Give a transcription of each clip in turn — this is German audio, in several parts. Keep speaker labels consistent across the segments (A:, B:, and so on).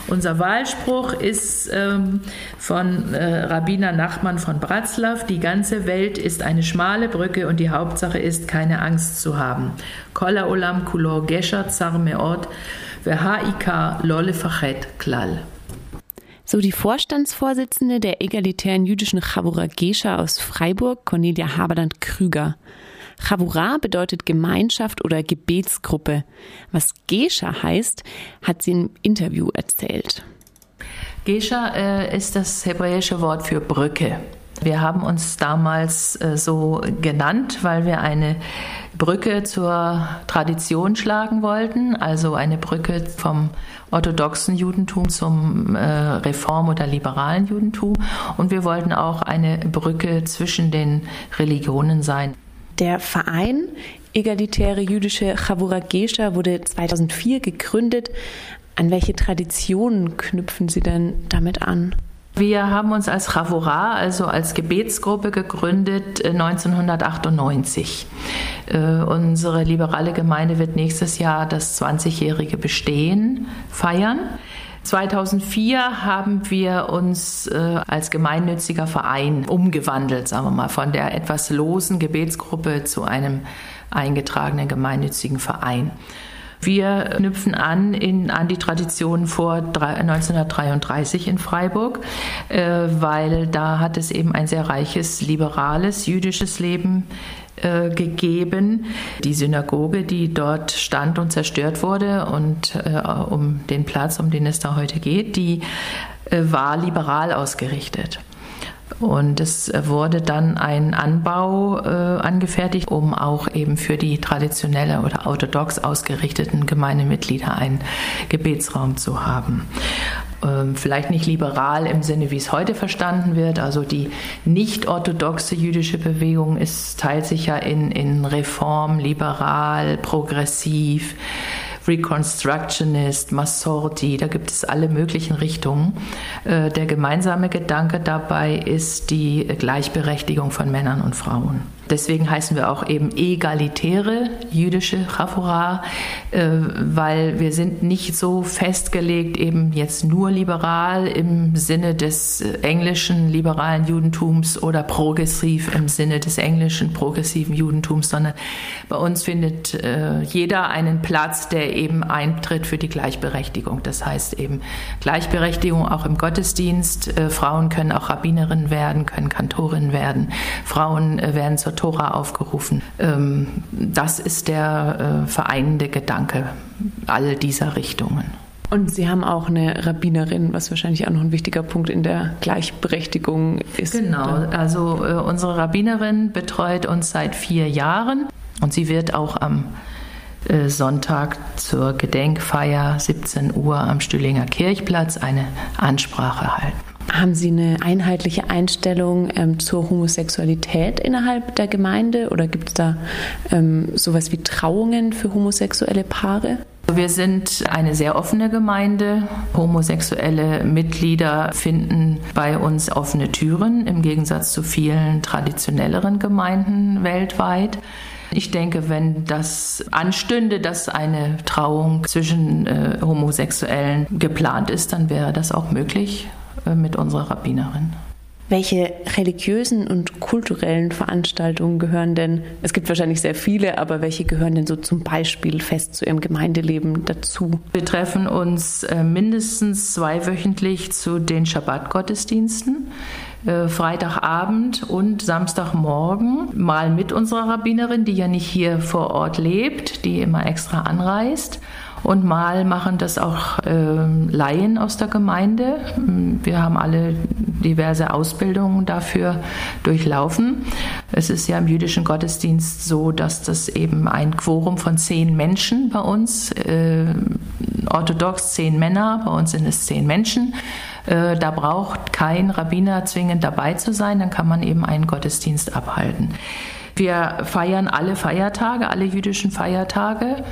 A: Unser Wahlspruch ist von Rabbiner Nachman von Bratzlaw: Die ganze Welt ist eine schmale Brücke und die Hauptsache ist, keine Angst zu haben. Kol ha'olam kulo gesher tsar me'od ve'ha'ikar lo lefachet klal.
B: So die Vorstandsvorsitzende der egalitären jüdischen Chavura Gesher aus Freiburg, Cornelia Haberland-Krüger. Chavura bedeutet Gemeinschaft oder Gebetsgruppe. Was Gesher heißt, hat sie im Interview erzählt.
A: Gesher ist das hebräische Wort für Brücke. Wir haben uns damals so genannt, weil wir eine Brücke zur Tradition schlagen wollten, also eine Brücke vom orthodoxen Judentum zum Reform- oder liberalen Judentum. Und wir wollten auch eine Brücke zwischen den Religionen sein.
B: Der Verein Egalitäre Jüdische Chavura Gesher wurde 2004 gegründet. An welche Traditionen knüpfen Sie denn damit an?
A: Wir haben uns als Chavura, also als Gebetsgruppe, gegründet 1998. Unsere liberale Gemeinde wird nächstes Jahr das 20-jährige Bestehen feiern. 2004 haben wir uns als gemeinnütziger Verein umgewandelt, sagen wir mal, von der etwas losen Gebetsgruppe zu einem eingetragenen gemeinnützigen Verein. Wir knüpfen an die Tradition vor 1933 in Freiburg, weil da hat es eben ein sehr reiches, liberales, jüdisches Leben gegeben. Die Synagoge, die dort stand und zerstört wurde und um den Platz, um den es da heute geht, die war liberal ausgerichtet. Und es wurde dann ein Anbau angefertigt, um auch eben für die traditionelle oder orthodox ausgerichteten Gemeindemitglieder einen Gebetsraum zu haben. Vielleicht nicht liberal im Sinne, wie es heute verstanden wird. Also die nicht orthodoxe jüdische Bewegung teilt sich ja in Reform, liberal, progressiv, Reconstructionist, Masorti, da gibt es alle möglichen Richtungen. Der gemeinsame Gedanke dabei ist die Gleichberechtigung von Männern und Frauen. Deswegen heißen wir auch eben egalitäre jüdische Chavura, weil wir sind nicht so festgelegt, eben jetzt nur liberal im Sinne des englischen liberalen Judentums oder progressiv im Sinne des englischen progressiven Judentums, sondern bei uns findet jeder einen Platz, der eben eintritt für die Gleichberechtigung. Das heißt eben Gleichberechtigung auch im Gottesdienst. Frauen können auch Rabbinerinnen werden, können Kantorinnen werden. Frauen werden zur Tora aufgerufen. Das ist der vereinende Gedanke all dieser Richtungen.
B: Und Sie haben auch eine Rabbinerin, was wahrscheinlich auch noch ein wichtiger Punkt in der Gleichberechtigung ist.
A: Genau, also unsere Rabbinerin betreut uns seit 4 Jahren und sie wird auch am Sonntag zur Gedenkfeier 17 Uhr am Stühlinger Kirchplatz eine Ansprache halten.
B: Haben Sie eine einheitliche Einstellung zur Homosexualität innerhalb der Gemeinde oder gibt es da sowas wie Trauungen für homosexuelle Paare?
A: Wir sind eine sehr offene Gemeinde. Homosexuelle Mitglieder finden bei uns offene Türen, im Gegensatz zu vielen traditionelleren Gemeinden weltweit. Ich denke, wenn das anstünde, dass eine Trauung zwischen Homosexuellen geplant ist, dann wäre das auch möglich mit unserer Rabbinerin.
B: Welche religiösen und kulturellen Veranstaltungen gehören denn, es gibt wahrscheinlich sehr viele, aber welche gehören denn so zum Beispiel fest zu Ihrem Gemeindeleben dazu?
A: Wir treffen uns mindestens 2-wöchentlich zu den Schabbat-Gottesdiensten. Freitagabend und Samstagmorgen, mal mit unserer Rabbinerin, die ja nicht hier vor Ort lebt, die immer extra anreist. Und mal machen das auch Laien aus der Gemeinde. Wir haben alle diverse Ausbildungen dafür durchlaufen. Es ist ja im jüdischen Gottesdienst so, dass das eben ein Quorum von 10 Menschen bei uns, orthodox 10 Männer, bei uns sind es 10 Menschen. Da braucht kein Rabbiner zwingend dabei zu sein, dann kann man eben einen Gottesdienst abhalten. Wir feiern alle Feiertage, alle jüdischen Feiertage.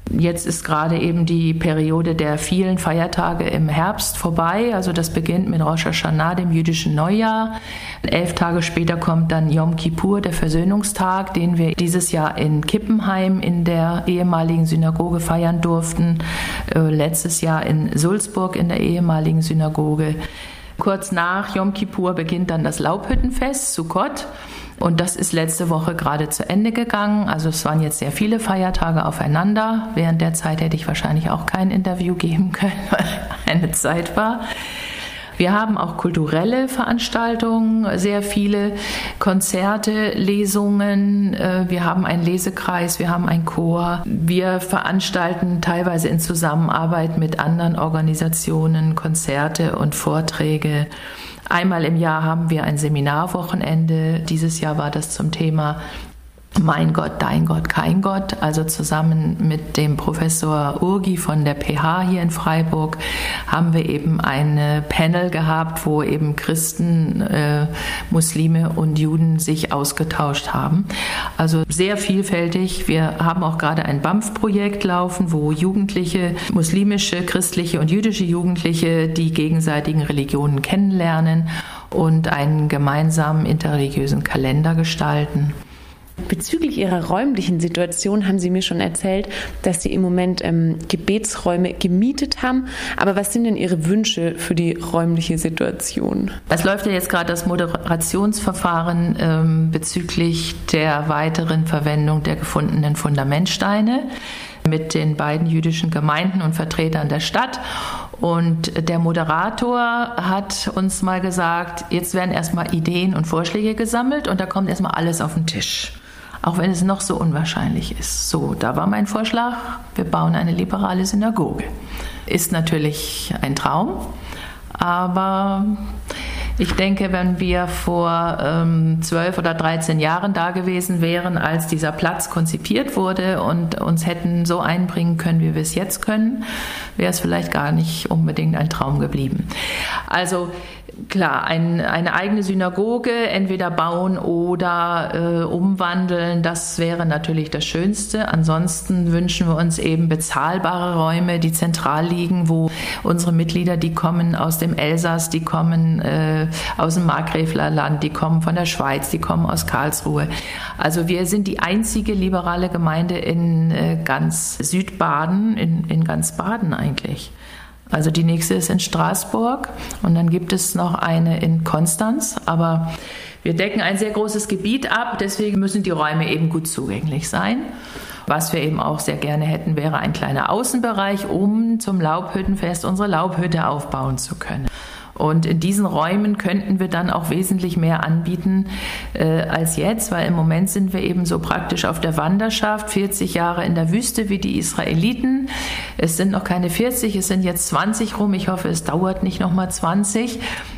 A: Jetzt ist gerade eben die Periode der vielen Feiertage im Herbst vorbei. Also das beginnt mit Rosh Hashanah, dem jüdischen Neujahr. 11 Tage später kommt dann Yom Kippur, der Versöhnungstag, den wir dieses Jahr in Kippenheim in der ehemaligen Synagoge feiern durften. Letztes Jahr in Sulzburg in der ehemaligen Synagoge. Kurz nach Yom Kippur beginnt dann das Laubhüttenfest, Sukkot. Und das ist letzte Woche gerade zu Ende gegangen. Also es waren jetzt sehr viele Feiertage aufeinander. Während der Zeit hätte ich wahrscheinlich auch kein Interview geben können, weil eine Zeit war. Wir haben auch kulturelle Veranstaltungen, sehr viele Konzerte, Lesungen. Wir haben einen Lesekreis, wir haben einen Chor. Wir veranstalten teilweise in Zusammenarbeit mit anderen Organisationen Konzerte und Vorträge. Einmal im Jahr haben wir ein Seminarwochenende. Dieses Jahr war das zum Thema Mein Gott, dein Gott, kein Gott. Also zusammen mit dem Professor Urgi von der PH hier in Freiburg haben wir eben ein Panel gehabt, wo eben Christen, Muslime und Juden sich ausgetauscht haben. Also sehr vielfältig. Wir haben auch gerade ein BAMF-Projekt laufen, wo Jugendliche, muslimische, christliche und jüdische Jugendliche die gegenseitigen Religionen kennenlernen und einen gemeinsamen interreligiösen Kalender gestalten.
B: Bezüglich Ihrer räumlichen Situation haben Sie mir schon erzählt, dass Sie im Moment Gebetsräume gemietet haben. Aber was sind denn Ihre Wünsche für die räumliche Situation?
A: Es läuft ja jetzt gerade das Moderationsverfahren bezüglich der weiteren Verwendung der gefundenen Fundamentsteine mit den beiden jüdischen Gemeinden und Vertretern der Stadt. Und der Moderator hat uns mal gesagt, jetzt werden erstmal Ideen und Vorschläge gesammelt und da kommt erstmal alles auf den Tisch. Auch wenn es noch so unwahrscheinlich ist. So, da war mein Vorschlag, wir bauen eine liberale Synagoge. Ist natürlich ein Traum, aber ich denke, wenn wir vor 12 oder 13 Jahren da gewesen wären, als dieser Platz konzipiert wurde und uns hätten so einbringen können, wie wir es jetzt können, wäre es vielleicht gar nicht unbedingt ein Traum geblieben. Also klar, eine eigene Synagoge entweder bauen oder umwandeln, das wäre natürlich das Schönste. Ansonsten wünschen wir uns eben bezahlbare Räume, die zentral liegen, wo unsere Mitglieder, die kommen aus dem Elsass, die kommen aus dem Markgräflerland, die kommen von der Schweiz, die kommen aus Karlsruhe. Also wir sind die einzige liberale Gemeinde in ganz Südbaden, in ganz Baden eigentlich. Also die nächste ist in Straßburg und dann gibt es noch eine in Konstanz, aber wir decken ein sehr großes Gebiet ab, deswegen müssen die Räume eben gut zugänglich sein. Was wir eben auch sehr gerne hätten, wäre ein kleiner Außenbereich, um zum Laubhüttenfest unsere Laubhütte aufbauen zu können. Und in diesen Räumen könnten wir dann auch wesentlich mehr anbieten als jetzt, weil im Moment sind wir eben so praktisch auf der Wanderschaft, 40 Jahre in der Wüste wie die Israeliten. Es sind noch keine 40, es sind jetzt 20 rum. Ich hoffe, es dauert nicht nochmal 20,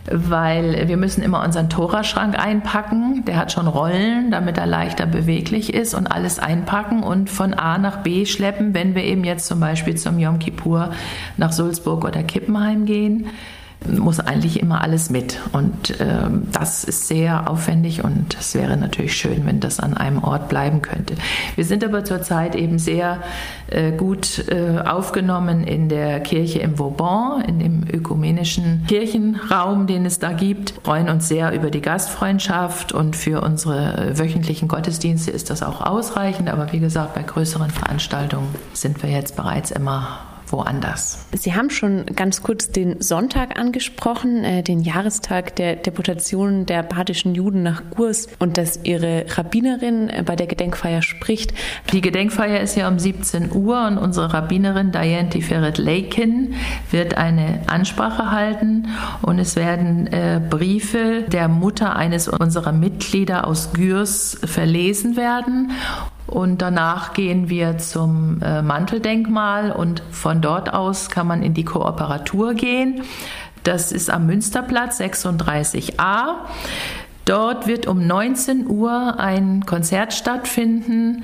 A: weil wir müssen immer unseren Toraschrank einpacken. Der hat schon Rollen, damit er leichter beweglich ist und alles einpacken und von A nach B schleppen, wenn wir eben jetzt zum Beispiel zum Yom Kippur nach Sulzburg oder Kippenheim gehen. Muss eigentlich immer alles mit und das ist sehr aufwendig und es wäre natürlich schön, wenn das an einem Ort bleiben könnte. Wir sind aber zurzeit eben sehr gut aufgenommen in der Kirche im Vauban, in dem ökumenischen Kirchenraum, den es da gibt. Wir freuen uns sehr über die Gastfreundschaft und für unsere wöchentlichen Gottesdienste ist das auch ausreichend, aber wie gesagt, bei größeren Veranstaltungen sind wir jetzt bereits immer woanders.
B: Sie haben schon ganz kurz den Sonntag angesprochen, den Jahrestag der Deportation der badischen Juden nach Gurs und dass Ihre Rabbinerin bei der Gedenkfeier spricht.
A: Die Gedenkfeier ist ja um 17 Uhr und unsere Rabbinerin Diane Tiferet Leikin wird eine Ansprache halten und es werden Briefe der Mutter eines unserer Mitglieder aus Gurs verlesen werden. Und danach gehen wir zum Manteldenkmal und von dort aus kann man in die Kooperatur gehen. Das ist am Münsterplatz 36a. Dort wird um 19 Uhr ein Konzert stattfinden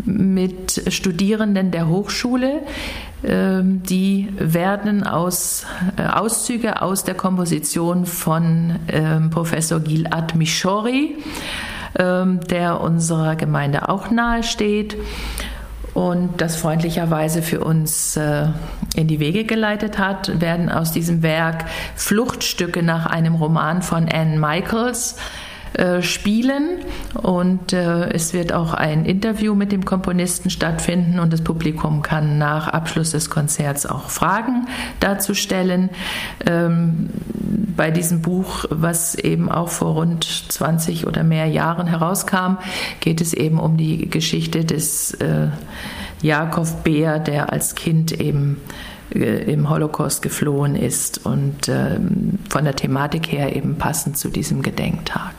A: mit Studierenden der Hochschule. Die werden Auszüge aus der Komposition von Professor Gilad Mishori, der unserer Gemeinde auch nahe steht. und das freundlicherweise für uns in die Wege geleitet hat, werden aus diesem Werk Fluchtstücke nach einem Roman von Anne Michaels spielen, und es wird auch ein Interview mit dem Komponisten stattfinden und das Publikum kann nach Abschluss des Konzerts auch Fragen dazu stellen. Bei diesem Buch, was eben auch vor rund 20 oder mehr Jahren herauskam, geht es eben um die Geschichte des Jakob Beer, der als Kind eben im Holocaust geflohen ist und von der Thematik her eben passend zu diesem Gedenktag.